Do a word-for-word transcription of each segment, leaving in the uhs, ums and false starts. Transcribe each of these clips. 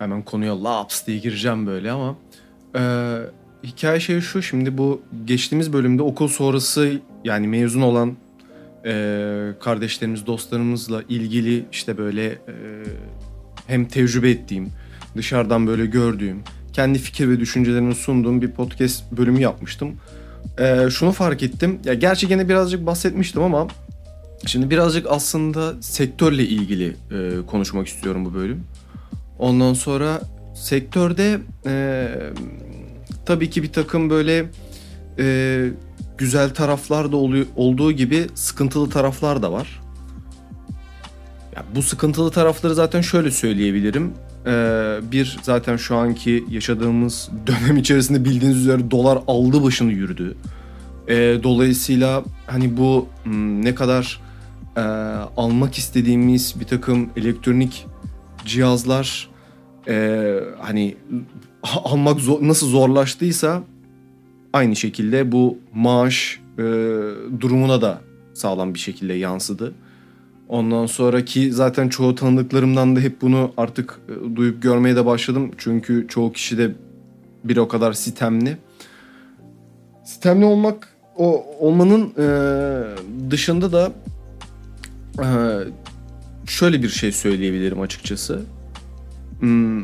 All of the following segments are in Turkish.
Hemen konuya laps diye gireceğim böyle ama e, hikaye şey şu. Şimdi bu geçtiğimiz bölümde okul sonrası yani mezun olan e, kardeşlerimiz, dostlarımızla ilgili işte böyle e, hem tecrübe ettiğim, dışarıdan böyle gördüğüm, kendi fikir ve düşüncelerimi sunduğum bir podcast bölümü yapmıştım. E, şunu fark ettim. Ya gerçi gene birazcık bahsetmiştim ama şimdi birazcık aslında sektörle ilgili e, konuşmak istiyorum bu bölüm. Ondan sonra sektörde e, tabii ki bir takım böyle e, güzel taraflar da oluyor, olduğu gibi sıkıntılı taraflar da var. Ya bu sıkıntılı tarafları zaten şöyle söyleyebilirim. E, bir zaten şu anki yaşadığımız dönem içerisinde bildiğiniz üzere dolar aldı başını yürüdü. E, dolayısıyla hani bu m, ne kadar e, almak istediğimiz bir takım elektronik cihazlar e, hani almak zor, nasıl zorlaştıysa aynı şekilde bu maaş e, durumuna da sağlam bir şekilde yansıdı. Ondan sonraki zaten çoğu tanıdıklarımdan da hep bunu artık e, duyup görmeye de başladım. Çünkü çoğu kişi de bir o kadar sitemli. Sitemli olmak o olmanın e, dışında da e, şöyle bir şey söyleyebilirim açıkçası. Hmm.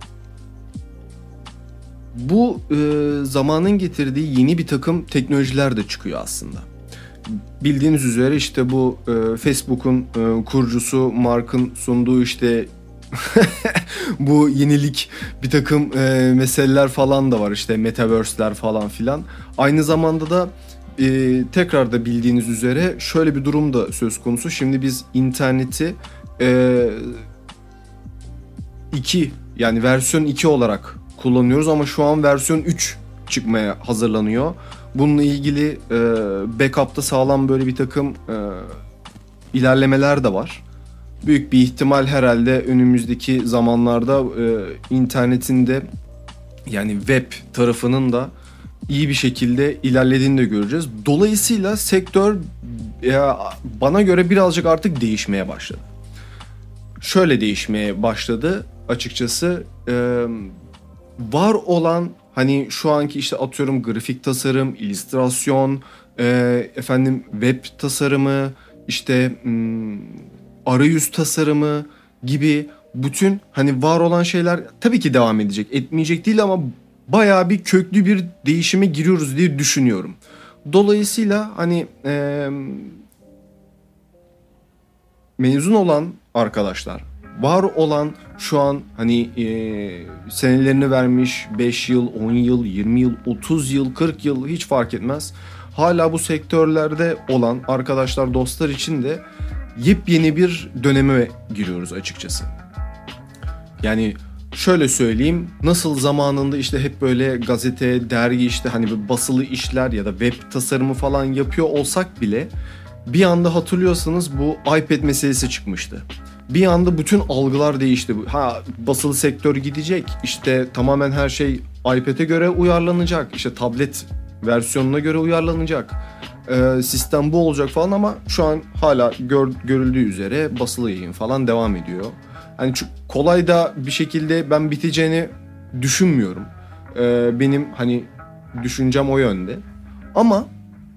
Bu e, zamanın getirdiği yeni bir takım teknolojiler de çıkıyor aslında. Bildiğiniz üzere işte bu e, Facebook'un e, kurucusu Mark'ın sunduğu işte bu yenilik bir takım e, meseleler falan da var, işte metaverse'ler falan filan. Aynı zamanda da e, tekrar da bildiğiniz üzere şöyle bir durum da söz konusu. Şimdi biz interneti e, iki yani versiyon iki olarak kullanıyoruz ama şu an versiyon üç çıkmaya hazırlanıyor. Bununla ilgili e, backup'ta sağlam böyle bir takım e, ilerlemeler de var. Büyük bir ihtimal herhalde önümüzdeki zamanlarda e, internetin de yani web tarafının da iyi bir şekilde ilerlediğini de göreceğiz. Dolayısıyla sektör e, bana göre birazcık artık değişmeye başladı. Şöyle değişmeye başladı açıkçası. E, var olan hani şu anki işte atıyorum grafik tasarım, illüstrasyon, e, efendim web tasarımı, işte m, arayüz tasarımı gibi bütün hani var olan şeyler tabii ki devam edecek, etmeyecek değil ama bayağı bir köklü bir değişime giriyoruz diye düşünüyorum. Dolayısıyla hani e, mezun olan arkadaşlar, var olan şu an hani e, senelerini vermiş beş yıl, on yıl, yirmi yıl, otuz yıl, kırk yıl hiç fark etmez. Hala bu sektörlerde olan arkadaşlar, dostlar için de yepyeni bir döneme giriyoruz açıkçası. Yani şöyle söyleyeyim, nasıl zamanında işte hep böyle gazete, dergi işte hani basılı işler ya da web tasarımı falan yapıyor olsak bile bir anda hatırlıyorsanız bu iPad meselesi çıkmıştı. Bir anda bütün algılar değişti. Ha, basılı sektör gidecek. İşte tamamen her şey iPad'e göre uyarlanacak. İşte tablet versiyonuna göre uyarlanacak. Ee, sistem bu olacak falan ama şu an hala gör, görüldüğü üzere basılı yayın falan devam ediyor. Hani kolay da bir şekilde ben biteceğini düşünmüyorum. Ee, benim hani düşüncem o yönde. Ama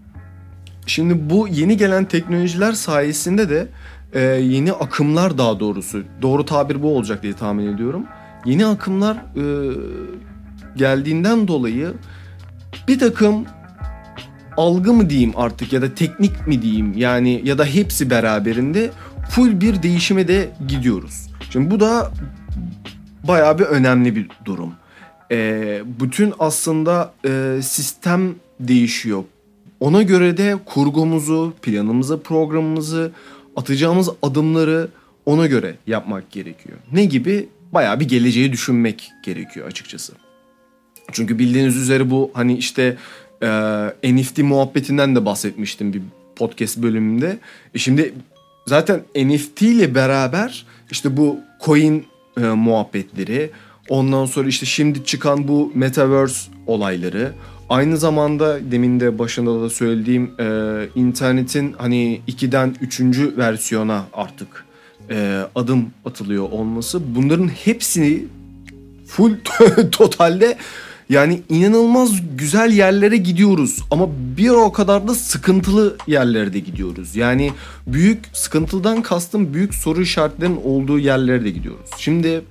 şimdi bu yeni gelen teknolojiler sayesinde de e, yeni akımlar, daha doğrusu doğru tabir bu olacak diye tahmin ediyorum. Yeni akımlar e, geldiğinden dolayı bir takım algı mı diyeyim artık ya da teknik mi diyeyim yani ya da hepsi beraberinde full bir değişime de gidiyoruz. Şimdi bu da bayağı bir önemli bir durum. E, bütün aslında e, sistem değişiyor. Ona göre de kurgumuzu, planımızı, programımızı, atacağımız adımları ona göre yapmak gerekiyor. Ne gibi? Bayağı bir geleceği düşünmek gerekiyor açıkçası. Çünkü bildiğiniz üzere bu hani işte e, N F T muhabbetinden de bahsetmiştim bir podcast bölümünde. E şimdi zaten N F T ile beraber işte bu coin e, muhabbetleri, ondan sonra işte şimdi çıkan bu metaverse olayları, aynı zamanda demin de başında da söylediğim e, internetin hani ikiden üçüncü versiyona artık e, adım atılıyor olması, bunların hepsini full totalde yani inanılmaz güzel yerlere gidiyoruz ama bir o kadar da sıkıntılı yerlere de gidiyoruz. Yani büyük sıkıntıdan kastım büyük soru işaretlerinin olduğu yerlere de gidiyoruz. Şimdi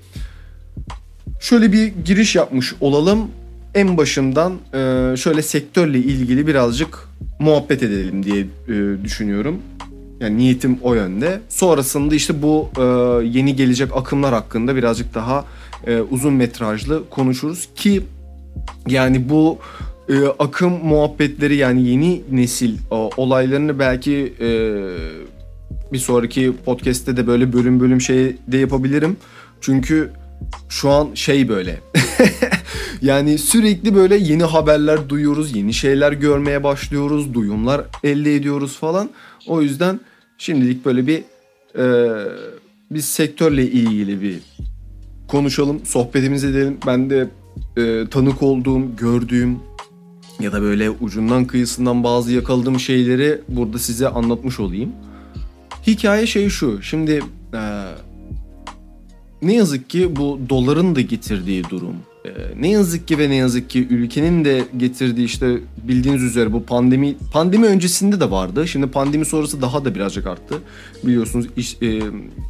şöyle bir giriş yapmış olalım. En başından e, şöyle sektörle ilgili birazcık muhabbet edelim diye e, düşünüyorum. Yani niyetim o yönde. Sonrasında işte bu e, yeni gelecek akımlar hakkında birazcık daha e, uzun metrajlı konuşuruz ki yani bu e, akım muhabbetleri yani yeni nesil e, olaylarını belki e, bir sonraki podcast'te de böyle bölüm bölüm şey de yapabilirim. Çünkü şu an şey böyle yani sürekli böyle yeni haberler duyuyoruz, yeni şeyler görmeye başlıyoruz, duyumlar elde ediyoruz falan. O yüzden şimdilik böyle bir e, biz sektörle ilgili bir konuşalım, sohbetimizi edelim. Ben de e, tanık olduğum, gördüğüm ya da böyle ucundan kıyısından bazı yakaladığım şeyleri burada size anlatmış olayım. Hikaye şey şu, şimdi e, ne yazık ki bu doların da getirdiği durum, e, ne yazık ki ve ne yazık ki ülkenin de getirdiği işte bildiğiniz üzere bu pandemi pandemi öncesinde de vardı. Şimdi pandemi sonrası daha da birazcık arttı. Biliyorsunuz iş, e,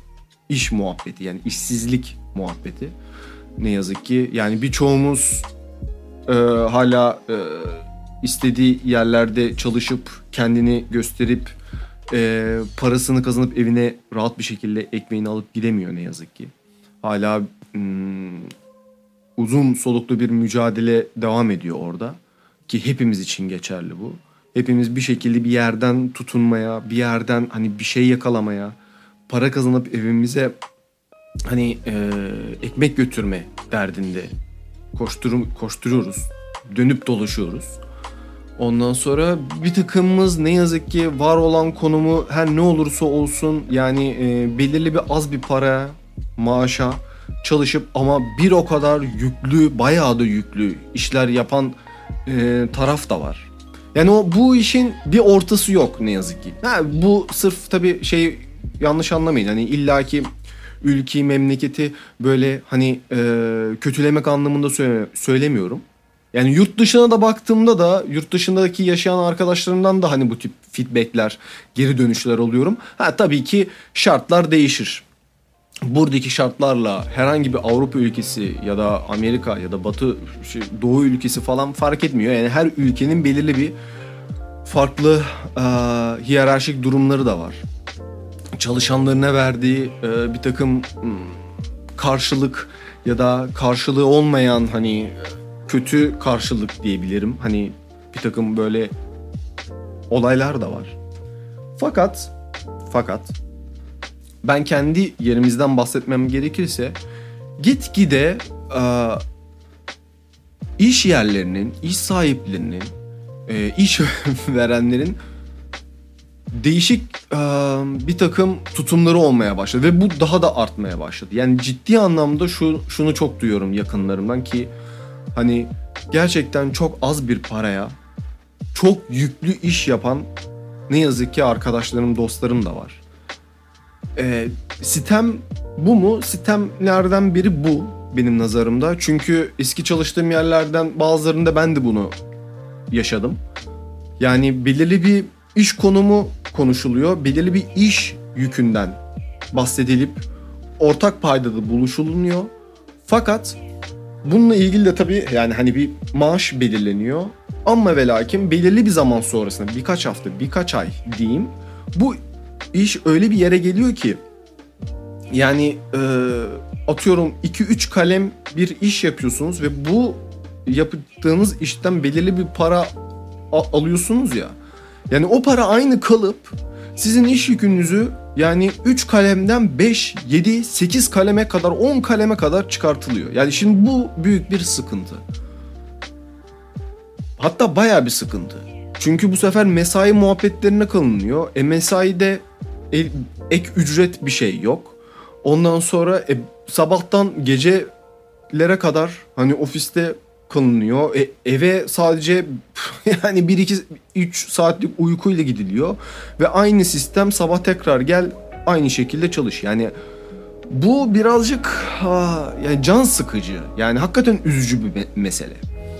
iş muhabbeti yani işsizlik muhabbeti. Ne yazık ki yani birçoğumuz e, hala e, istediği yerlerde çalışıp kendini gösterip e, parasını kazanıp evine rahat bir şekilde ekmeğini alıp gidemiyor ne yazık ki. Hala hmm, uzun soluklu bir mücadele devam ediyor orada ki hepimiz için geçerli bu. Hepimiz bir şekilde bir yerden tutunmaya, bir yerden hani bir şey yakalamaya, para kazanıp evimize hani e, ekmek götürme derdinde koştur koşturuyoruz, dönüp dolaşıyoruz. Ondan sonra bir takımımız ne yazık ki var olan konumu her ne olursa olsun yani e, belirli bir az bir para, maaşa çalışıp ama bir o kadar yüklü, bayağı da yüklü işler yapan e, taraf da var. Yani o bu işin bir ortası yok ne yazık ki. Ha, bu sırf tabii şey yanlış anlamayın hani illaki ülkeyi, memleketi böyle hani e, kötülemek anlamında söyle, söylemiyorum. Yani yurt dışına da baktığımda da yurt dışındaki yaşayan arkadaşlarımdan da hani bu tip feedbackler, geri dönüşler alıyorum. Ha tabii ki şartlar değişir. Buradaki şartlarla herhangi bir Avrupa ülkesi ya da Amerika ya da Batı şey, Doğu ülkesi falan fark etmiyor. Yani her ülkenin belirli bir farklı e, hiyerarşik durumları da var. Çalışanlarına verdiği e, bir takım hmm, karşılık ya da karşılığı olmayan hani kötü karşılık diyebilirim. Hani bir takım böyle olaylar da var. Fakat fakat ben kendi yerimizden bahsetmem gerekirse gitgide e, iş yerlerinin, iş sahiplerinin, e, iş verenlerin değişik e, bir takım tutumları olmaya başladı ve bu daha da artmaya başladı. Yani ciddi anlamda şu şunu çok duyuyorum yakınlarımdan ki hani gerçekten çok az bir paraya çok yüklü iş yapan ne yazık ki arkadaşlarım, dostlarım da var. E, sitem bu mu? Sitemlerden biri bu benim nazarımda. Çünkü eski çalıştığım yerlerden bazılarında ben de bunu yaşadım. Yani belirli bir iş konumu konuşuluyor. Belirli bir iş yükünden bahsedilip ortak paydada buluşulunuyor. Fakat bununla ilgili de tabii yani hani bir maaş belirleniyor. Ama ve lakin belirli bir zaman sonrasında birkaç hafta, birkaç ay diyeyim. Bu iş öyle bir yere geliyor ki yani e, atıyorum iki üç kalem bir iş yapıyorsunuz ve bu yaptığınız işten belirli bir para a- alıyorsunuz ya. Yani o para aynı kalıp sizin iş yükünüzü yani üç kalemden beş, yedi, sekiz kaleme kadar, on kaleme kadar çıkartılıyor. Yani şimdi bu büyük bir sıkıntı. Hatta bayağı bir sıkıntı. Çünkü bu sefer mesai muhabbetlerine kalınıyor. E mesaide e, ek ücret bir şey yok. Ondan sonra e, sabahtan gecelere kadar hani ofiste kalınıyor. E, eve sadece yani bir iki üç saatlik uykuyla gidiliyor ve aynı sistem sabah tekrar gel aynı şekilde çalış. Yani Bu birazcık ha, yani can sıkıcı. Yani hakikaten üzücü bir me- mesele.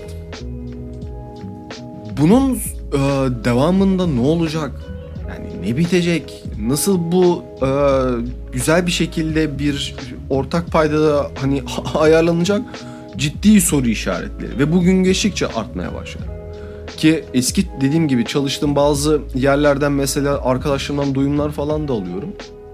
Bunun e, devamında ne olacak? Yani ne bitecek? Nasıl bu e, güzel bir şekilde bir ortak paydada hani ayarlanacak? Ciddi soru işaretleri ve bugün geçtikçe artmaya başladı. Ki eski dediğim gibi çalıştığım bazı yerlerden mesela arkadaşlarımdan duyumlar falan da alıyorum.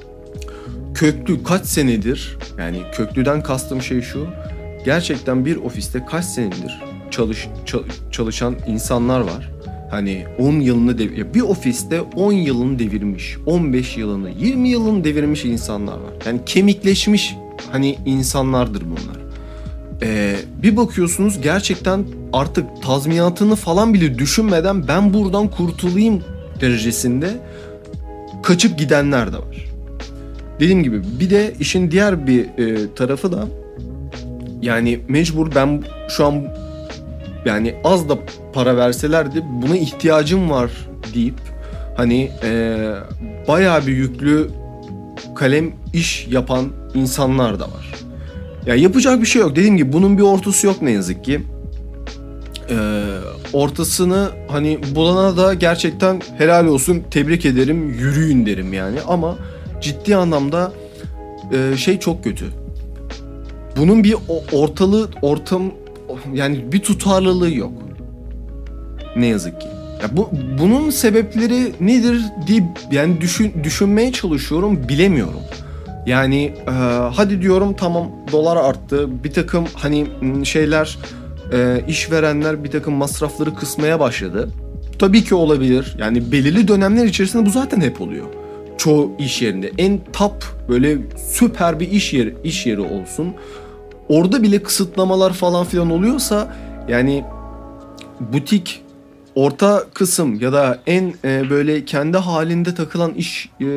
Köklü kaç senedir, yani köklüden kastım şey şu, gerçekten bir ofiste kaç senedir çalış, çalışan insanlar var. Hani on yılını dev- bir ofiste on yılını devirmiş, on beş yılını, yirmi yılını devirmiş insanlar var. Yani kemikleşmiş hani insanlardır bunlar. Ee, bir bakıyorsunuz gerçekten artık tazminatını falan bile düşünmeden ben buradan kurtulayım derecesinde kaçıp gidenler de var. Dediğim gibi bir de işin diğer bir e, tarafı da yani mecbur ben şu an yani az da para verselerdi buna ihtiyacım var deyip hani e, bayağı bir yüklü kalem iş yapan insanlar da var. Ya yapacak bir şey yok. Dediğim gibi bunun bir ortası yok ne yazık ki. Ee, ortasını hani bulana da gerçekten helal olsun, tebrik ederim, yürüyün derim yani. Ama ciddi anlamda e, şey çok kötü. Bunun bir ortalığı, ortam yani bir tutarlılığı yok. Ne yazık ki. Ya bu bunun sebepleri nedir diye yani düşün, düşünmeye çalışıyorum, bilemiyorum. Yani e, hadi diyorum tamam dolar arttı. Bir takım hani şeyler e, işverenler bir takım masrafları kısmaya başladı. Tabii ki olabilir. Yani belirli dönemler içerisinde bu zaten hep oluyor. Çoğu iş yerinde en top böyle süper bir iş yeri iş yeri olsun. Orada bile kısıtlamalar falan filan oluyorsa yani butik orta kısım ya da en e, böyle kendi halinde takılan iş e,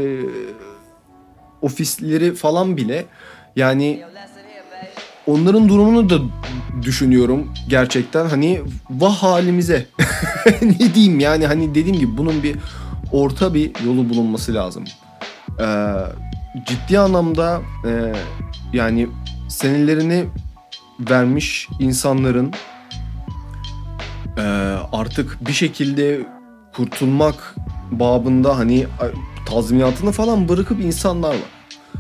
ofisleri falan bile yani onların durumunu da düşünüyorum gerçekten hani vah halimize ne diyeyim yani hani dediğim gibi bunun bir orta bir yolu bulunması lazım. Ee, ciddi anlamda e, yani senelerini vermiş insanların e, artık bir şekilde kurtulmak babında hani tazminatını falan bırakıp insanlar var.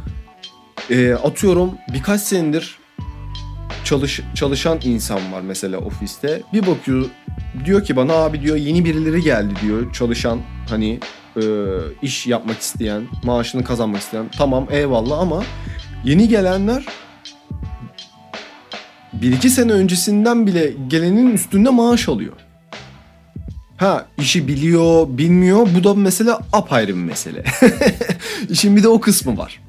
E, atıyorum birkaç senedir çalış, çalışan insan var mesela ofiste. Bir bakıyor diyor ki bana abi diyor yeni birileri geldi diyor çalışan hani e, iş yapmak isteyen, maaşını kazanmak isteyen. Tamam eyvallah ama yeni gelenler bir iki sene öncesinden bile gelenin üstünde maaş alıyor. Ha işi biliyor, bilmiyor. Bu da mesela apayrı bir mesele. İşin bir de o kısmı var.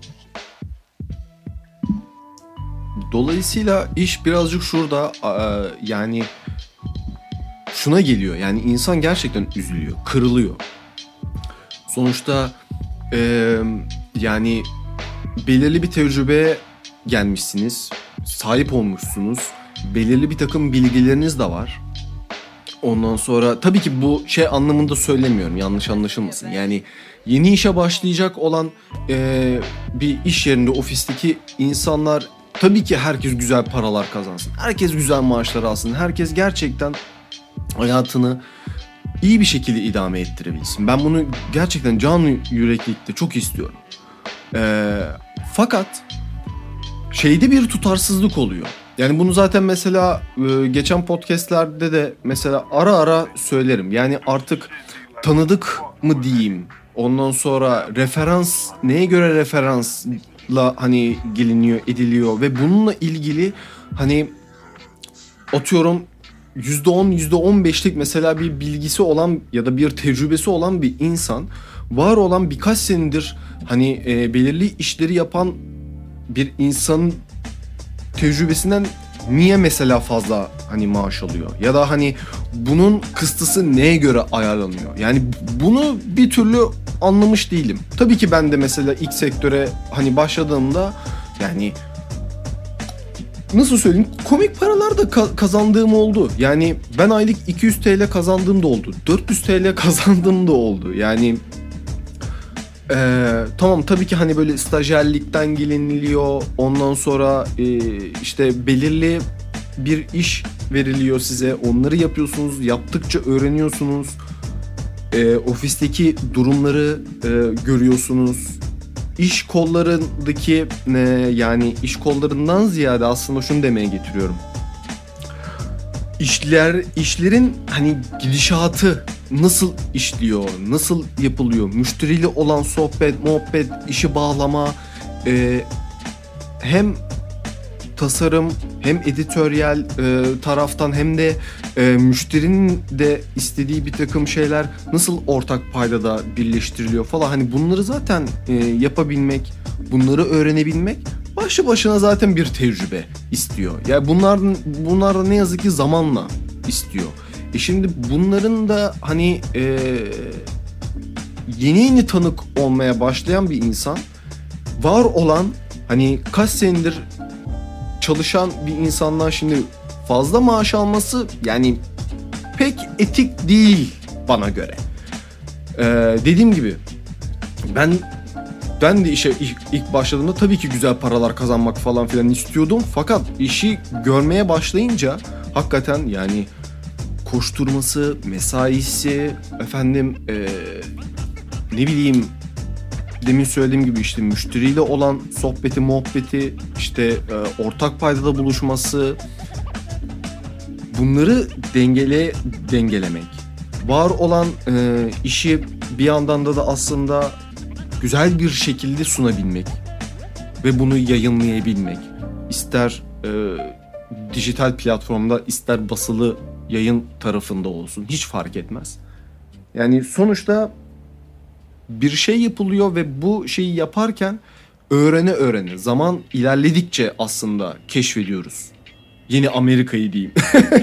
Dolayısıyla iş birazcık şurada yani şuna geliyor. Yani insan gerçekten üzülüyor, kırılıyor. Sonuçta e, yani belirli bir tecrübeye gelmişsiniz, sahip olmuşsunuz. Belirli bir takım bilgileriniz de var. Ondan sonra tabii ki bu şey anlamında söylemiyorum, yanlış anlaşılmasın. Yani yeni işe başlayacak olan e, bir iş yerinde ofisteki insanlar tabii ki herkes güzel paralar kazansın. Herkes güzel maaşlar alsın. Herkes gerçekten hayatını iyi bir şekilde idame ettirebilsin. Ben bunu gerçekten canı yüreklilikte çok istiyorum. E, fakat şeyde bir tutarsızlık oluyor. Yani bunu zaten mesela e, geçen podcastlerde de mesela ara ara söylerim. Yani artık tanıdık mı diyeyim? Ondan sonra referans, neye göre referansla hani geliniyor, ediliyor ve bununla ilgili hani atıyorum yüzde on, yüzde on beşlik mesela bir bilgisi olan ya da bir tecrübesi olan bir insan var olan birkaç senedir hani e, belirli işleri yapan bir insanın tecrübesinden niye mesela fazla hani maaş alıyor? Ya da hani bunun kıstısı neye göre ayarlanıyor? Yani bunu bir türlü anlamış değilim. Tabii ki ben de mesela ilk sektöre hani başladığımda yani nasıl söyleyeyim komik paralar da ka- kazandığım oldu. Yani ben aylık iki yüz TL kazandığım da oldu. dört yüz TL kazandığım da oldu. Yani Ee, tamam tabii ki hani böyle stajyerlikten geliniliyor. Ondan sonra e, işte belirli bir iş veriliyor size. Onları yapıyorsunuz. Yaptıkça öğreniyorsunuz. E, ofisteki durumları e, görüyorsunuz. İş kollarındaki e, yani iş kollarından ziyade aslında şunu demeye getiriyorum. İşler, işlerin hani gidişatı nasıl işliyor, nasıl yapılıyor, müşteriyle olan sohbet, muhabbet, işi bağlama, e, hem tasarım hem editoryal e, taraftan hem de e, müşterinin de istediği bir takım şeyler nasıl ortak paydada birleştiriliyor falan. Hani bunları zaten e, yapabilmek, bunları öğrenebilmek başlı başına zaten bir tecrübe istiyor. Yani bunlar bunlar da ne yazık ki zamanla istiyor. E şimdi bunların da hani e, yeni yeni tanık olmaya başlayan bir insan var olan hani kaç senedir çalışan bir insandan şimdi fazla maaş alması yani pek etik değil bana göre. Ee, dediğim gibi ben ben de işe ilk, ilk başladığımda tabii ki güzel paralar kazanmak falan filan istiyordum. Fakat işi görmeye başlayınca hakikaten yani koşturması, mesaisi, efendim ee, ne bileyim demin söylediğim gibi işte müşteriyle olan sohbeti, muhabbeti, işte e, ortak paydada buluşması, bunları dengele dengelemek, var olan e, işi bir yandan da da aslında güzel bir şekilde sunabilmek ve bunu yayınlayabilmek, ister e, dijital platformda ister basılı yayın tarafında olsun hiç fark etmez. Yani sonuçta bir şey yapılıyor ve bu şeyi yaparken öğrene öğrene zaman ilerledikçe aslında keşfediyoruz. Yeni Amerika'yı diyeyim.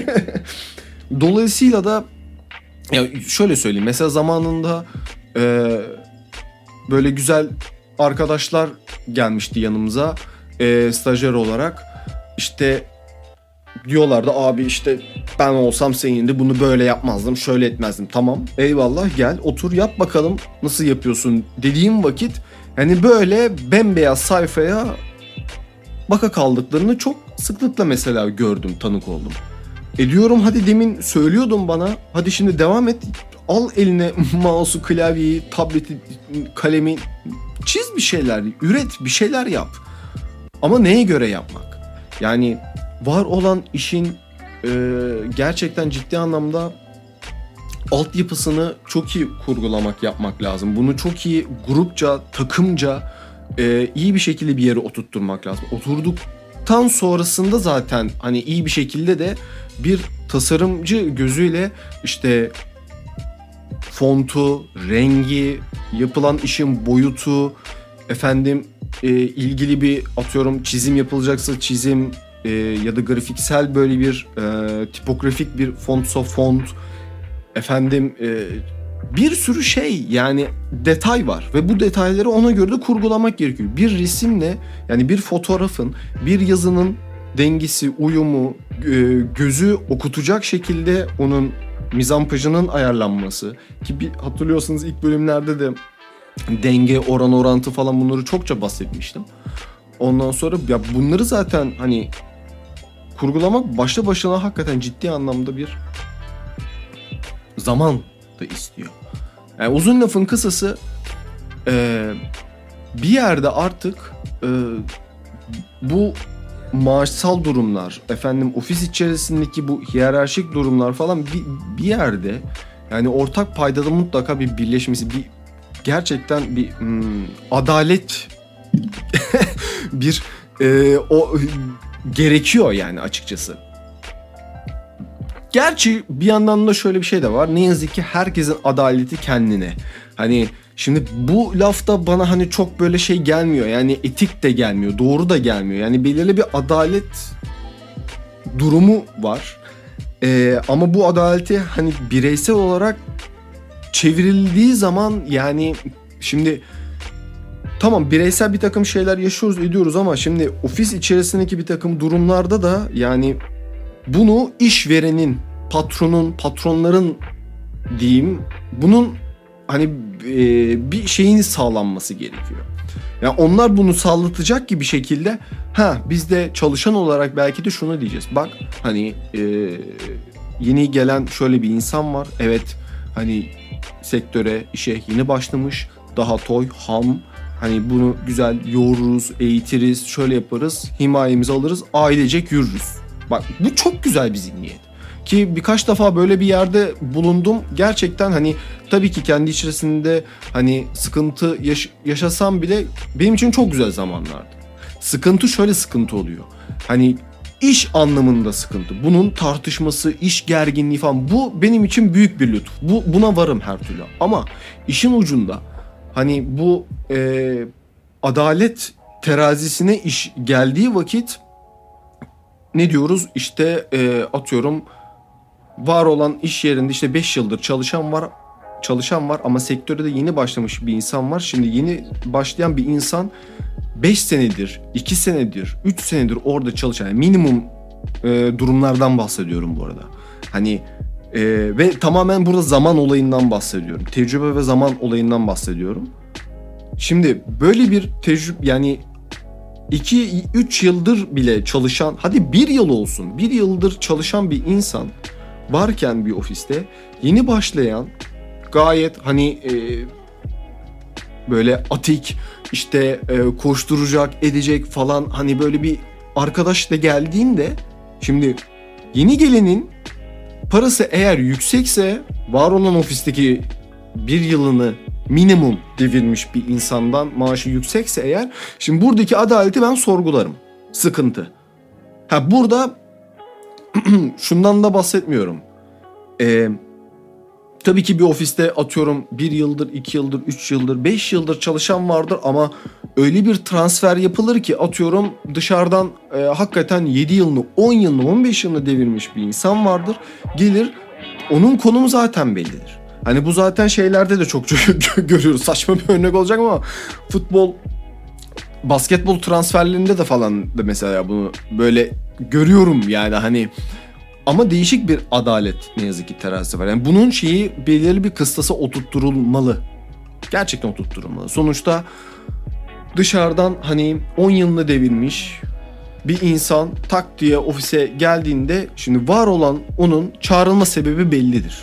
Dolayısıyla da ya şöyle söyleyeyim. Mesela zamanında e, böyle güzel arkadaşlar gelmişti yanımıza e, stajyer olarak. İşte diyorlardı abi işte ben olsam senin yerinde bunu böyle yapmazdım, şöyle etmezdim. Tamam, eyvallah, gel otur yap bakalım nasıl yapıyorsun dediğim vakit hani böyle bembeyaz sayfaya baka kaldıklarını çok sıklıkla mesela gördüm, tanık oldum. E diyorum hadi demin söylüyordun bana, hadi şimdi devam et, al eline mouse'u, klavyeyi, tableti, kalemi, çiz bir şeyler, üret bir şeyler yap. Ama neye göre yapmak? Yani var olan işin e, gerçekten ciddi anlamda altyapısını çok iyi kurgulamak, yapmak lazım. Bunu çok iyi grupça, takımca e, iyi bir şekilde bir yere oturtturmak lazım. Oturduktan sonrasında zaten hani iyi bir şekilde de bir tasarımcı gözüyle işte fontu, rengi, yapılan işin boyutu, efendim e, ilgili bir atıyorum çizim yapılacaksa çizim, E, ya da grafiksel böyle bir e, tipografik bir fontsa font, efendim e, bir sürü şey yani detay var ve bu detayları ona göre de kurgulamak gerekiyor. Bir resimle yani bir fotoğrafın, bir yazının dengesi, uyumu, e, gözü okutacak şekilde onun mizampajının ayarlanması ki bir, hatırlıyorsanız ilk bölümlerde de denge, oran, orantı falan bunları çokça bahsetmiştim. Ondan sonra ya bunları zaten hani kurgulamak başlı başına hakikaten ciddi anlamda bir zaman da istiyor. Yani uzun lafın kısası e, bir yerde artık e, bu maaşsal durumlar, efendim ofis içerisindeki bu hiyerarşik durumlar falan bir, bir yerde yani ortak paydada mutlaka bir birleşmesi, bir gerçekten bir hmm, adalet bir e, o gerekiyor yani açıkçası. Gerçi bir yandan da şöyle bir şey de var. Ne yazık ki herkesin adaleti kendine. Hani şimdi bu lafta bana hani çok böyle şey gelmiyor. Yani etik de gelmiyor, doğru da gelmiyor. Yani belirli bir adalet durumu var. Ee, ama bu adaleti hani bireysel olarak çevrildiği zaman yani şimdi tamam bireysel bir takım şeyler yaşıyoruz ediyoruz ama şimdi ofis içerisindeki bir takım durumlarda da yani bunu işverenin, patronun, patronların diyeyim bunun hani e, bir şeyin sağlanması gerekiyor. Yani onlar bunu sağlatacak gibi şekilde ha biz de çalışan olarak belki de şunu diyeceğiz. Bak hani e, yeni gelen şöyle bir insan var. Evet hani sektöre işe yeni başlamış. Daha toy, ham. Hani bunu güzel yoğururuz, eğitiriz, şöyle yaparız. Himayemizi alırız, ailecek yürürüz. Bak bu çok güzel bir zihniyet. Ki birkaç defa böyle bir yerde bulundum. Gerçekten hani tabii ki kendi içerisinde hani sıkıntı yaş- yaşasam bile benim için çok güzel zamanlardı. Sıkıntı şöyle sıkıntı oluyor. Hani iş anlamında sıkıntı. Bunun tartışması, iş gerginliği falan bu benim için büyük bir lütuf. Bu, buna varım her türlü. Ama işin ucunda hani bu e, adalet terazisine iş geldiği vakit ne diyoruz? İşte e, atıyorum var olan iş yerinde işte beş yıldır çalışan var çalışan var ama sektörde de yeni başlamış bir insan var. Şimdi yeni başlayan bir insan beş senedir, iki senedir, üç senedir orada çalışan yani minimum e, durumlardan bahsediyorum bu arada. Hani e, ve tamamen burada zaman olayından bahsediyorum. Tecrübe ve zaman olayından bahsediyorum. Şimdi böyle bir tecrübe yani iki üç yıldır bile çalışan, hadi bir yıl olsun, bir yıldır çalışan bir insan varken bir ofiste yeni başlayan gayet hani e, böyle atik işte e, koşturacak edecek falan hani böyle bir arkadaş da geldiğinde şimdi yeni gelenin parası eğer yüksekse var olan ofisteki bir yılını minimum devirmiş bir insandan maaşı yüksekse eğer şimdi buradaki adaleti ben sorgularım. Sıkıntı. Ha burada şundan da bahsetmiyorum. Ee, tabii ki bir ofiste atıyorum bir yıldır, iki yıldır, üç yıldır, beş yıldır çalışan vardır ama öyle bir transfer yapılır ki atıyorum dışarıdan e, hakikaten yedi yılını, on yılını, on beş yılını devirmiş bir insan vardır. Gelir onun konumu zaten bellidir. Hani bu zaten şeylerde de çok görüyoruz. Saçma bir örnek olacak ama futbol, basketbol transferlerinde de falan da mesela bunu böyle görüyorum yani hani ama değişik bir adalet ne yazık ki terazisi var. Yani bunun şeyi belirli bir kıstasa oturtturulmalı. Gerçekten oturtturulmalı. Sonuçta dışarıdan hani on yılını devirmiş bir insan tak diye ofise geldiğinde şimdi var olan onun çağrılma sebebi bellidir.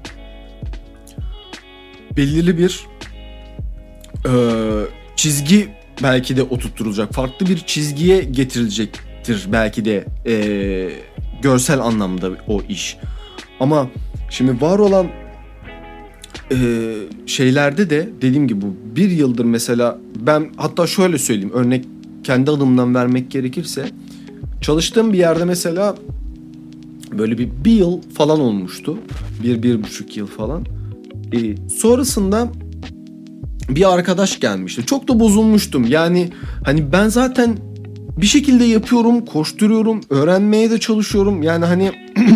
Belirli bir e, çizgi belki de oturtturulacak. Farklı bir çizgiye getirilecektir belki de e, görsel anlamda o iş. Ama şimdi var olan e, şeylerde de dediğim gibi bu bir yıldır mesela ben hatta şöyle söyleyeyim örnek kendi adımdan vermek gerekirse çalıştığım bir yerde mesela böyle bir bir yıl falan olmuştu. Bir, bir buçuk yıl falan. E, sonrasında bir arkadaş gelmişti. Çok da bozulmuştum. Yani hani ben zaten bir şekilde yapıyorum, koşturuyorum, öğrenmeye de çalışıyorum. Yani hani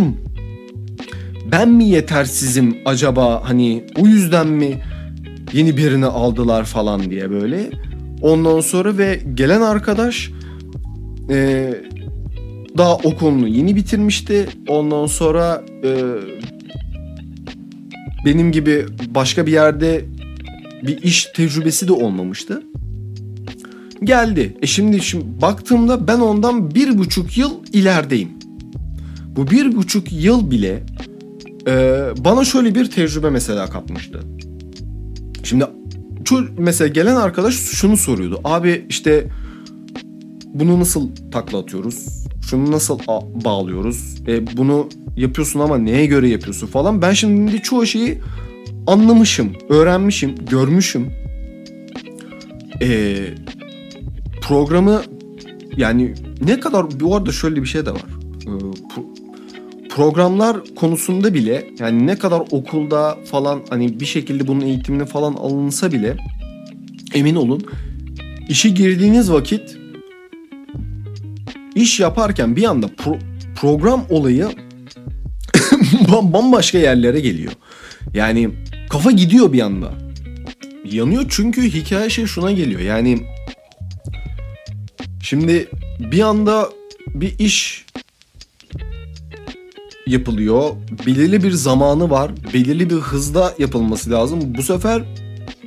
ben mi yetersizim acaba hani o yüzden mi yeni birini aldılar falan diye böyle. Ondan sonra ve gelen arkadaş e, daha okulunu yeni bitirmişti. Ondan sonra e, benim gibi başka bir yerde bir iş tecrübesi de olmamıştı. Geldi. E şimdi, şimdi baktığımda ben ondan bir buçuk yıl ilerideyim. Bu bir buçuk yıl bile e, bana şöyle bir tecrübe mesela katmıştı. Şimdi mesela gelen arkadaş şunu soruyordu. Abi işte bunu nasıl takla atıyoruz? Şunu nasıl bağlıyoruz? E, bunu yapıyorsun ama neye göre yapıyorsun falan. Ben şimdi çoğu şeyi anlamışım, öğrenmişim, görmüşüm. E, programı yani ne kadar bu arada şöyle bir şey de var. E, pro, programlar konusunda bile yani ne kadar okulda falan hani bir şekilde bunun eğitimini falan alınsa bile emin olun işe girdiğiniz vakit iş yaparken bir anda pro, program olayı bambaşka yerlere geliyor. Yani kafa gidiyor bir anda. Yanıyor çünkü hikaye şey şuna geliyor. Yani şimdi bir anda bir iş yapılıyor. Belirli bir zamanı var. Belirli bir hızda yapılması lazım. Bu sefer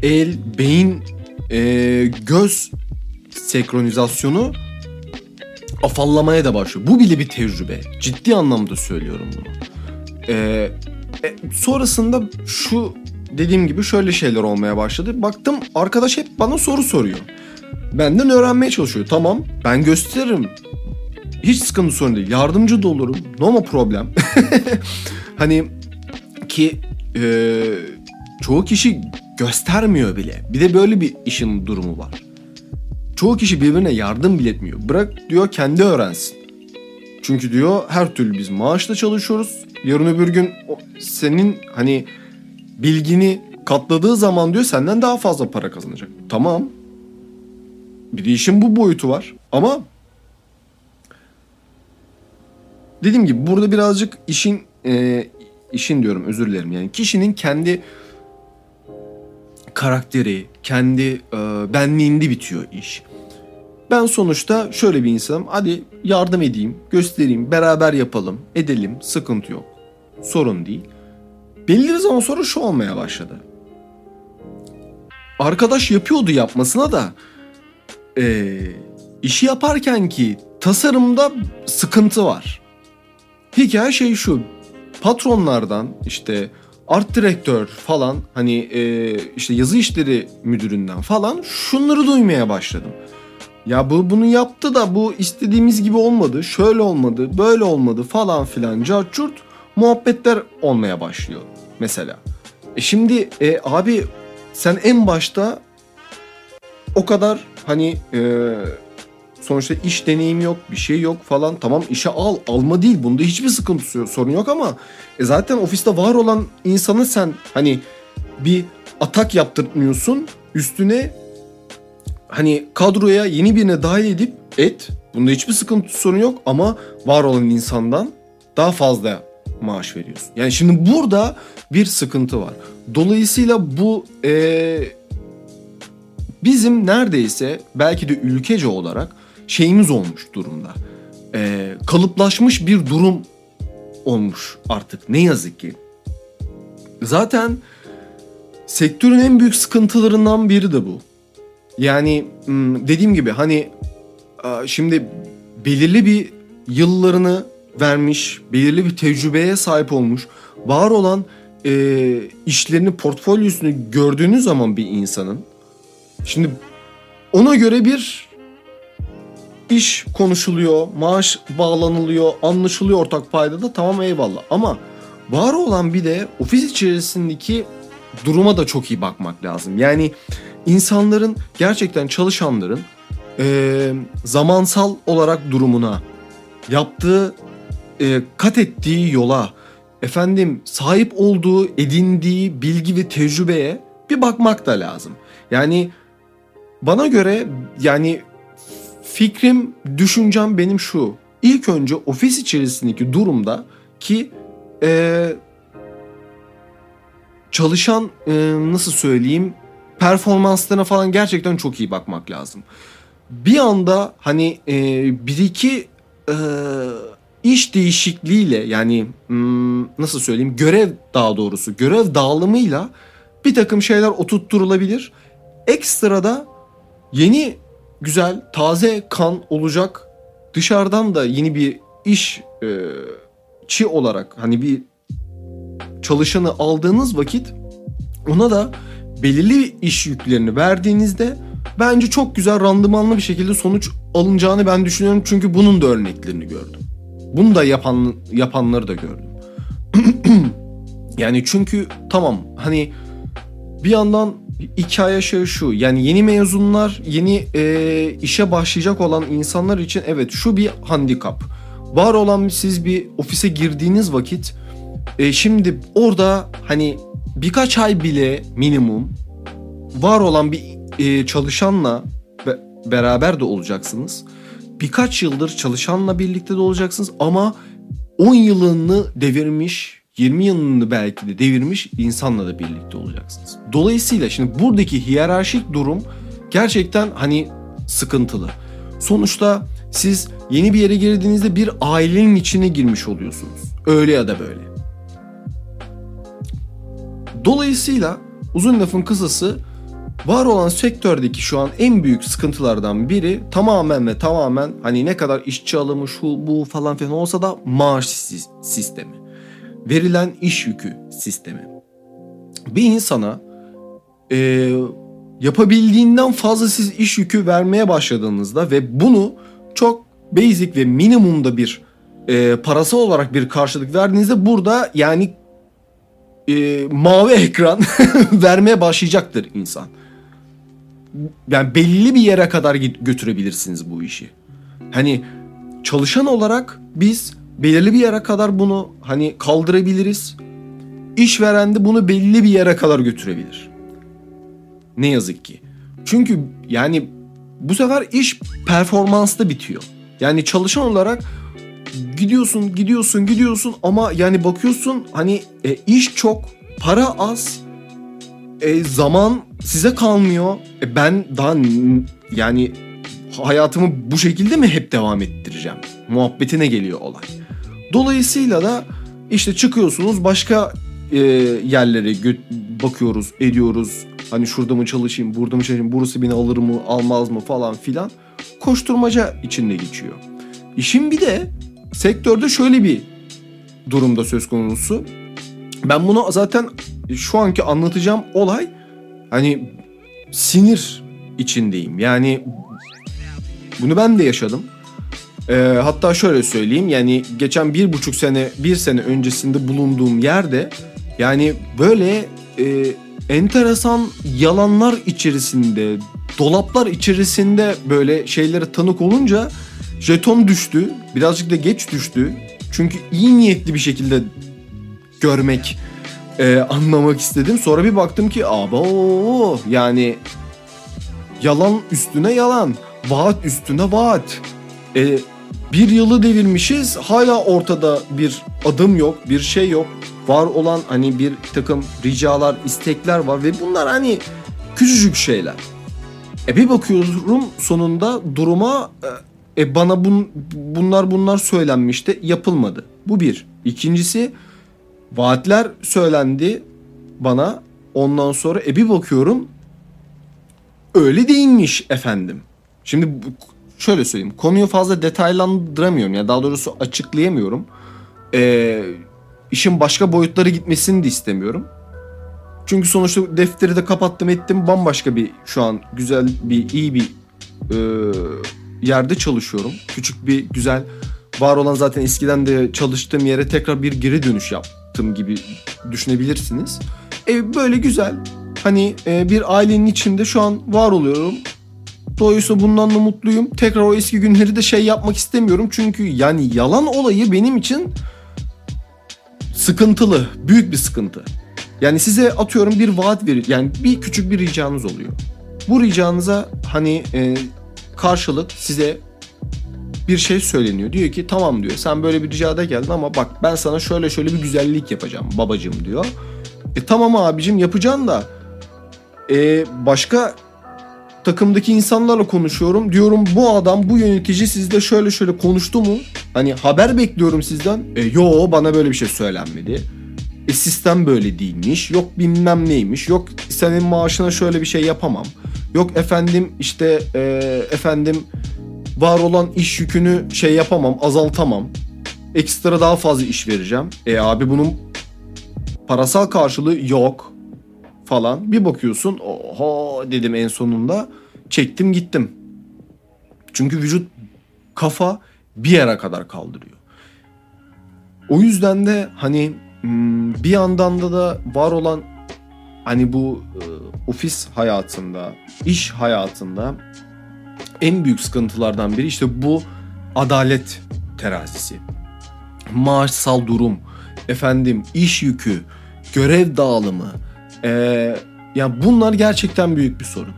el, beyin, e, göz senkronizasyonu afallamaya da başlıyor. Bu bile bir tecrübe. Ciddi anlamda söylüyorum bunu. E, e, sonrasında şu dediğim gibi şöyle şeyler olmaya başladı. Baktım arkadaş hep bana soru soruyor. Benden öğrenmeye çalışıyor. Tamam, ben gösteririm. Hiç sıkıntı sorun değil. Yardımcı da olurum. No problem. Hani ki e, çoğu kişi göstermiyor bile. Bir de böyle bir işin durumu var. Çoğu kişi birbirine yardım bile etmiyor. Bırak diyor kendi öğrensin. Çünkü diyor her türlü biz maaşla çalışıyoruz. Yarın öbür gün senin hani bilgini katladığı zaman diyor senden daha fazla para kazanacak. Tamam. Bir de işin bu boyutu var. Ama dediğim gibi burada birazcık işin e, işin diyorum özür dilerim. Yani kişinin kendi karakteri, kendi e, benliğinde bitiyor iş. Ben sonuçta şöyle bir insanım. Hadi yardım edeyim, göstereyim, beraber yapalım, edelim. Sıkıntı yok. Sorun değil. Belli bir zaman sonra şu olmaya başladı. Arkadaş yapıyordu yapmasına da e, işi yaparken ki tasarımda sıkıntı var. Hikaye şey şu. Patronlardan işte art direktör falan hani e, işte yazı işleri müdüründen falan şunları duymaya başladım. Ya bu bunu yaptı da bu istediğimiz gibi olmadı, şöyle olmadı, böyle olmadı falan filan cart curt muhabbetler olmaya başlıyor mesela. E şimdi e, abi sen en başta o kadar hani e, sonuçta iş deneyimi yok, bir şey yok falan. Tamam işe al, alma değil. Bunda hiçbir sıkıntı yok, sorun yok ama e zaten ofiste var olan insanı sen hani bir atak yaptırtmıyorsun. Üstüne hani kadroya yeni birine dahil edip et. Bunda hiçbir sıkıntı sorun yok ama var olan insandan daha fazla maaş veriyorsun. Yani şimdi burada bir sıkıntı var. Dolayısıyla bu e, bizim neredeyse belki de ülkece olarak şeyimiz olmuş durumda. E, kalıplaşmış bir durum olmuş artık ne yazık ki. Zaten sektörün en büyük sıkıntılarından biri de bu. Yani dediğim gibi hani şimdi belirli bir yıllarını vermiş, belirli bir tecrübeye sahip olmuş, var olan e, işlerini, portfolyosunu gördüğünüz zaman bir insanın, şimdi ona göre bir iş konuşuluyor, maaş bağlanılıyor, anlaşılıyor ortak paydada, tamam eyvallah. Ama var olan bir de ofis içerisindeki duruma da çok iyi bakmak lazım. Yani insanların, gerçekten çalışanların e, zamansal olarak durumuna, yaptığı, e, kat ettiği yola, efendim sahip olduğu, edindiği bilgi ve tecrübeye bir bakmak da lazım. Yani bana göre, yani fikrim, düşüncem benim şu. İlk önce ofis içerisindeki durumda ki e, çalışan e, nasıl söyleyeyim, performanslarına falan gerçekten çok iyi bakmak lazım. Bir anda hani e, bir iki e, iş değişikliğiyle, yani hmm, nasıl söyleyeyim, görev, daha doğrusu görev dağılımıyla bir takım şeyler oturtturulabilir. Ekstrada yeni, güzel, taze kan olacak, dışarıdan da yeni bir iş e, çi olarak hani bir çalışanı aldığınız vakit ona da belirli iş yüklerini verdiğinizde bence çok güzel, randımanlı bir şekilde sonuç alınacağını ben düşünüyorum. Çünkü bunun da örneklerini gördüm. Bunu da yapan yapanları da gördüm. Yani çünkü tamam hani bir yandan hikaye şey şu, yani yeni mezunlar, yeni e, işe başlayacak olan insanlar için evet şu bir handikap. Var olan, siz bir ofise girdiğiniz vakit e, şimdi orada hani birkaç ay bile minimum var olan bir e, çalışanla be, beraber de olacaksınız. Birkaç yıldır çalışanla birlikte de olacaksınız ama on yılını devirmiş, yirmi yılını belki de devirmiş insanla da birlikte olacaksınız. Dolayısıyla şimdi buradaki hiyerarşik durum gerçekten hani sıkıntılı. Sonuçta siz yeni bir yere girdiğinizde bir ailenin içine girmiş oluyorsunuz. Öyle ya da böyle. Dolayısıyla uzun lafın kısası Var olan sektördeki şu an en büyük sıkıntılardan biri tamamen ve tamamen hani ne kadar işçi alımı şu bu falan filan olsa da maaş sistemi. Verilen iş yükü sistemi. Bir insana e, yapabildiğinden fazla siz iş yükü vermeye başladığınızda ve bunu çok basic ve minimumda bir e, parasal olarak bir karşılık verdiğinizde burada yani e, mavi ekran vermeye başlayacaktır insan. Yani belli bir yere kadar götürebilirsiniz bu işi. Hani çalışan olarak biz belirli bir yere kadar bunu hani kaldırabiliriz. İşveren de bunu belli bir yere kadar götürebilir. Ne yazık ki. Çünkü yani bu sefer iş performansta bitiyor. Yani çalışan olarak gidiyorsun, gidiyorsun, gidiyorsun ama yani bakıyorsun hani e, iş çok, para az, e, zaman size kalmıyor. E, ben daha yani hayatımı bu şekilde mi hep devam ettireceğim? Muhabbetine geliyor olay. Dolayısıyla da işte çıkıyorsunuz başka e, yerlere gö- bakıyoruz, ediyoruz. Hani şurada mı çalışayım, burada mı çalışayım, burası beni alır mı, almaz mı falan filan. Koşturmaca içinde geçiyor. İşin bir de sektörde şöyle bir durumda söz konusu. Ben bunu zaten şu anki anlatacağım olay hani sinir içindeyim. Yani bunu ben de yaşadım. Ee, hatta şöyle söyleyeyim yani geçen bir buçuk sene, bir sene öncesinde bulunduğum yerde yani böyle e, enteresan yalanlar içerisinde, dolaplar içerisinde böyle şeylere tanık olunca jeton düştü. Birazcık da geç düştü. Çünkü iyi niyetli bir şekilde görmek, e, anlamak istedim. Sonra bir baktım ki aba yani yalan üstüne yalan, vaat üstüne vaat. E, bir yılı devirmişiz, hala ortada bir adım yok, bir şey yok. Var olan hani bir takım ricalar, istekler var ve bunlar hani küçücük şeyler. E bir bakıyorum sonunda duruma e, bana bun, bunlar bunlar söylenmişti, yapılmadı. Bu bir. İkincisi vaatler söylendi bana. Ondan sonra e bir bakıyorum öyle değilmiş efendim. Şimdi şöyle söyleyeyim. Konuyu fazla detaylandıramıyorum. Ya daha doğrusu açıklayamıyorum. Ee, işin başka boyutları gitmesini de istemiyorum. Çünkü sonuçta defteri de kapattım ettim. Bambaşka bir şu an güzel bir iyi bir e, yerde çalışıyorum. Küçük bir güzel var olan zaten eskiden de çalıştığım yere tekrar bir geri dönüş yaptım gibi düşünebilirsiniz. E, böyle güzel. Hani e, bir ailenin içinde şu an var oluyorum. Dolayısıyla bundan da mutluyum. Tekrar o eski günleri de şey yapmak istemiyorum. Çünkü yani yalan olayı benim için sıkıntılı. Büyük bir sıkıntı. Yani size atıyorum bir vaat verir. Yani bir küçük bir ricanız oluyor. Bu ricanıza hani e, karşılık size bir şey söyleniyor. Diyor ki tamam diyor. Sen böyle bir ricada geldin ama bak ben sana şöyle şöyle bir güzellik yapacağım babacığım diyor. E tamam abicim yapacaksın da e, başka takımdaki insanlarla konuşuyorum. Diyorum bu adam, bu yönetici sizde şöyle şöyle konuştu mu? Hani haber bekliyorum sizden. E, yo bana böyle bir şey söylenmedi. E sistem böyle değilmiş. Yok bilmem neymiş. Yok senin maaşına şöyle bir şey yapamam. Yok efendim işte e, efendim var olan iş yükünü şey yapamam, azaltamam. Ekstra daha fazla iş vereceğim. E abi bunun parasal karşılığı yok falan. Bir bakıyorsun oha dedim en sonunda. Çektim gittim. Çünkü vücut kafa bir yere kadar kaldırıyor. O yüzden de hani bir yandan da da var olan hani bu ofis hayatında, iş hayatında en büyük sıkıntılardan biri işte bu adalet terazisi. Maaşsal durum, efendim iş yükü, görev dağılımı. Ee, yani bunlar gerçekten büyük bir sorun.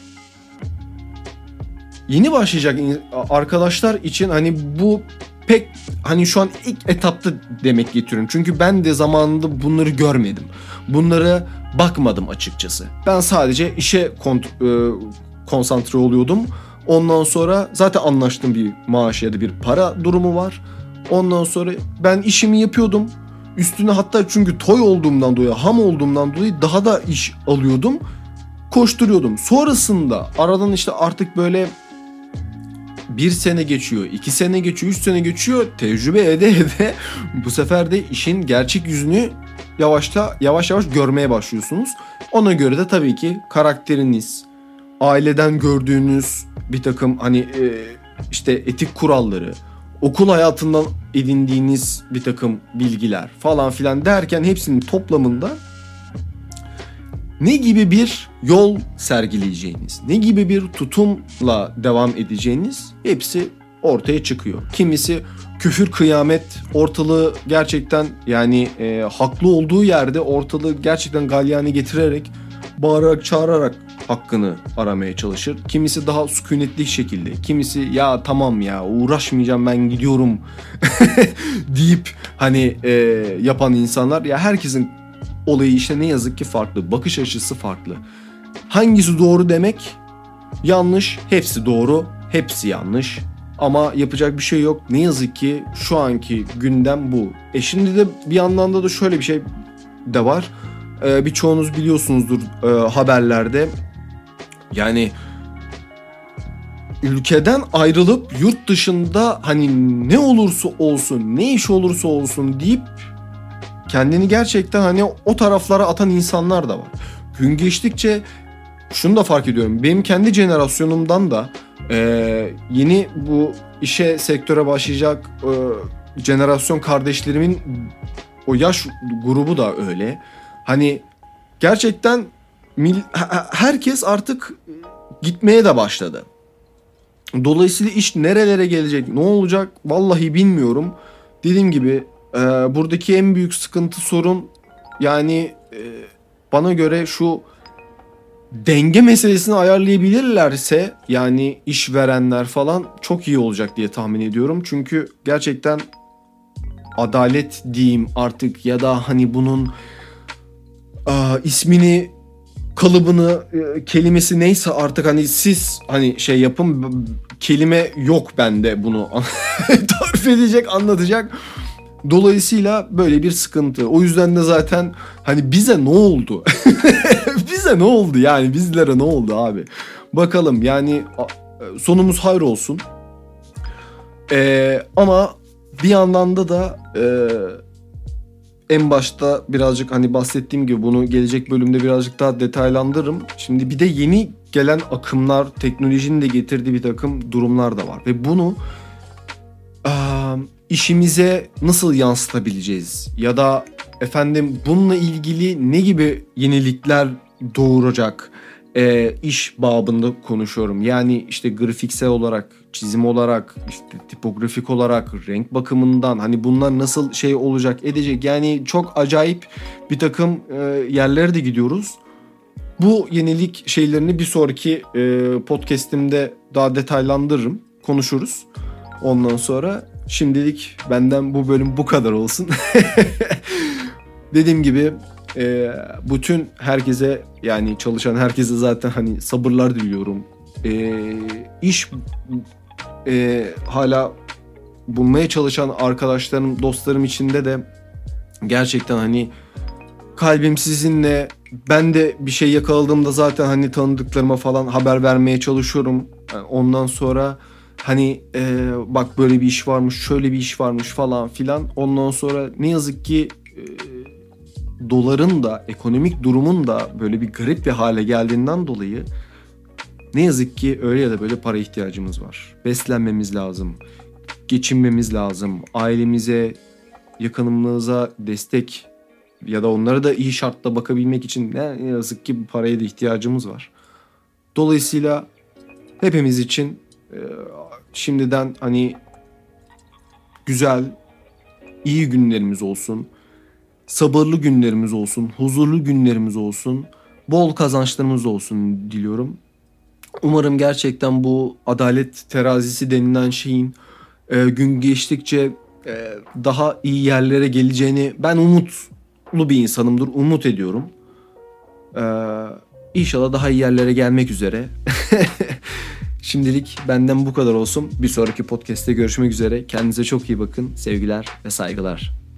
Yeni başlayacak arkadaşlar için hani bu pek hani şu an ilk etapta demek getiriyorum. Çünkü ben de zamanında bunları görmedim. Bunlara bakmadım açıkçası. Ben sadece işe kont- e, konsantre oluyordum. Ondan sonra zaten anlaştığım bir maaş ya da bir para durumu var. Ondan sonra ben işimi yapıyordum. Üstüne hatta çünkü toy olduğumdan dolayı, ham olduğumdan dolayı daha da iş alıyordum. koşturuyordum. Sonrasında aradan işte artık böyle bir sene geçiyor, iki sene geçiyor, üç sene geçiyor. Tecrübe ede ede bu sefer de işin gerçek yüzünü yavaşla yavaş yavaş görmeye başlıyorsunuz. Ona göre de tabii ki karakteriniz, aileden gördüğünüz bir takım hani e, işte etik kuralları, okul hayatından edindiğiniz bir takım bilgiler falan filan derken hepsinin toplamında ne gibi bir yol sergileyeceğiniz, ne gibi bir tutumla devam edeceğiniz hepsi ortaya çıkıyor. Kimisi küfür kıyamet, ortalığı gerçekten yani e, haklı olduğu yerde ortalığı gerçekten galyana getirerek, bağırarak çağırarak hakkını aramaya çalışır. Kimisi daha sükunetli şekilde, kimisi ya tamam ya uğraşmayacağım ben gidiyorum deyip hani e, yapan insanlar. Ya herkesin olayı işte ne yazık ki farklı, bakış açısı farklı. Hangisi doğru demek yanlış, hepsi doğru, hepsi yanlış. Ama yapacak bir şey yok. Ne yazık ki şu anki gündem bu. E şimdi de bir yandan da şöyle bir şey de var. Ee, birçoğunuz biliyorsunuzdur e, haberlerde. Yani ülkeden ayrılıp yurt dışında hani ne olursa olsun, ne iş olursa olsun deyip kendini gerçekten hani o taraflara atan insanlar da var. Gün geçtikçe şunu da fark ediyorum. Benim kendi jenerasyonumdan da e, yeni bu işe, sektöre başlayacak e, jenerasyon kardeşlerimin o yaş grubu da öyle. Hani gerçekten mil- herkes artık gitmeye de başladı. Dolayısıyla iş nerelere gelecek, ne olacak vallahi bilmiyorum. Dediğim gibi e, buradaki en büyük sıkıntı, sorun yani e, bana göre şu denge meselesini ayarlayabilirlerse yani işverenler falan çok iyi olacak diye tahmin ediyorum. Çünkü gerçekten adalet diyeyim artık ya da hani bunun e, ismini, kalıbını, e, kelimesi neyse artık hani siz hani şey yapın, kelime yok bende bunu tarif edecek, anlatacak. Dolayısıyla böyle bir sıkıntı. O yüzden de zaten hani bize ne oldu? Bize ne oldu yani, bizlere ne oldu abi? Bakalım yani sonumuz hayır olsun. Ee, ama bir yandan da da e, en başta birazcık hani bahsettiğim gibi bunu gelecek bölümde birazcık daha detaylandırırım. Şimdi bir de yeni gelen akımlar, teknolojinin de getirdiği bir takım durumlar da var. Ve bunu e, işimize nasıl yansıtabileceğiz? Ya da efendim bununla ilgili ne gibi yenilikler doğuracak? E, iş babında konuşuyorum. Yani işte grafiksel olarak, çizim olarak, işte tipografik olarak, renk bakımından hani bunlar nasıl şey olacak, edecek. Yani çok acayip bir takım e, yerlere de gidiyoruz. Bu yenilik şeylerini bir sonraki e, podcast'imde daha detaylandırırım, konuşuruz. Ondan sonra şimdilik benden bu bölüm bu kadar olsun. Dediğim gibi e, bütün herkese, yani çalışan herkese zaten hani sabırlar diliyorum. E, iş e, hala bulmaya çalışan arkadaşlarım, dostlarım içinde de gerçekten hani kalbim sizinle. Ben de bir şey yakaladığımda zaten hani tanıdıklarıma falan haber vermeye çalışıyorum. Yani ondan sonra hani e, bak böyle bir iş varmış, şöyle bir iş varmış falan filan. Ondan sonra ne yazık ki e, doların da, ekonomik durumun da böyle bir garip bir hale geldiğinden dolayı ne yazık ki öyle ya da böyle para ihtiyacımız var. Beslenmemiz lazım, geçinmemiz lazım, ailemize, yakınımıza destek ya da onlara da iyi şartla bakabilmek için ne yazık ki paraya da ihtiyacımız var. Dolayısıyla hepimiz için e, şimdiden hani güzel, iyi günlerimiz olsun, sabırlı günlerimiz olsun, huzurlu günlerimiz olsun, bol kazançlarımız olsun diliyorum. Umarım gerçekten bu adalet terazisi denilen şeyin e, gün geçtikçe e, daha iyi yerlere geleceğini, ben umutlu bir insanımdır, umut ediyorum. E, İnşallah daha iyi yerlere gelmek üzere. Şimdilik benden bu kadar olsun. Bir sonraki podcast'te görüşmek üzere. Kendinize çok iyi bakın. Sevgiler ve saygılar.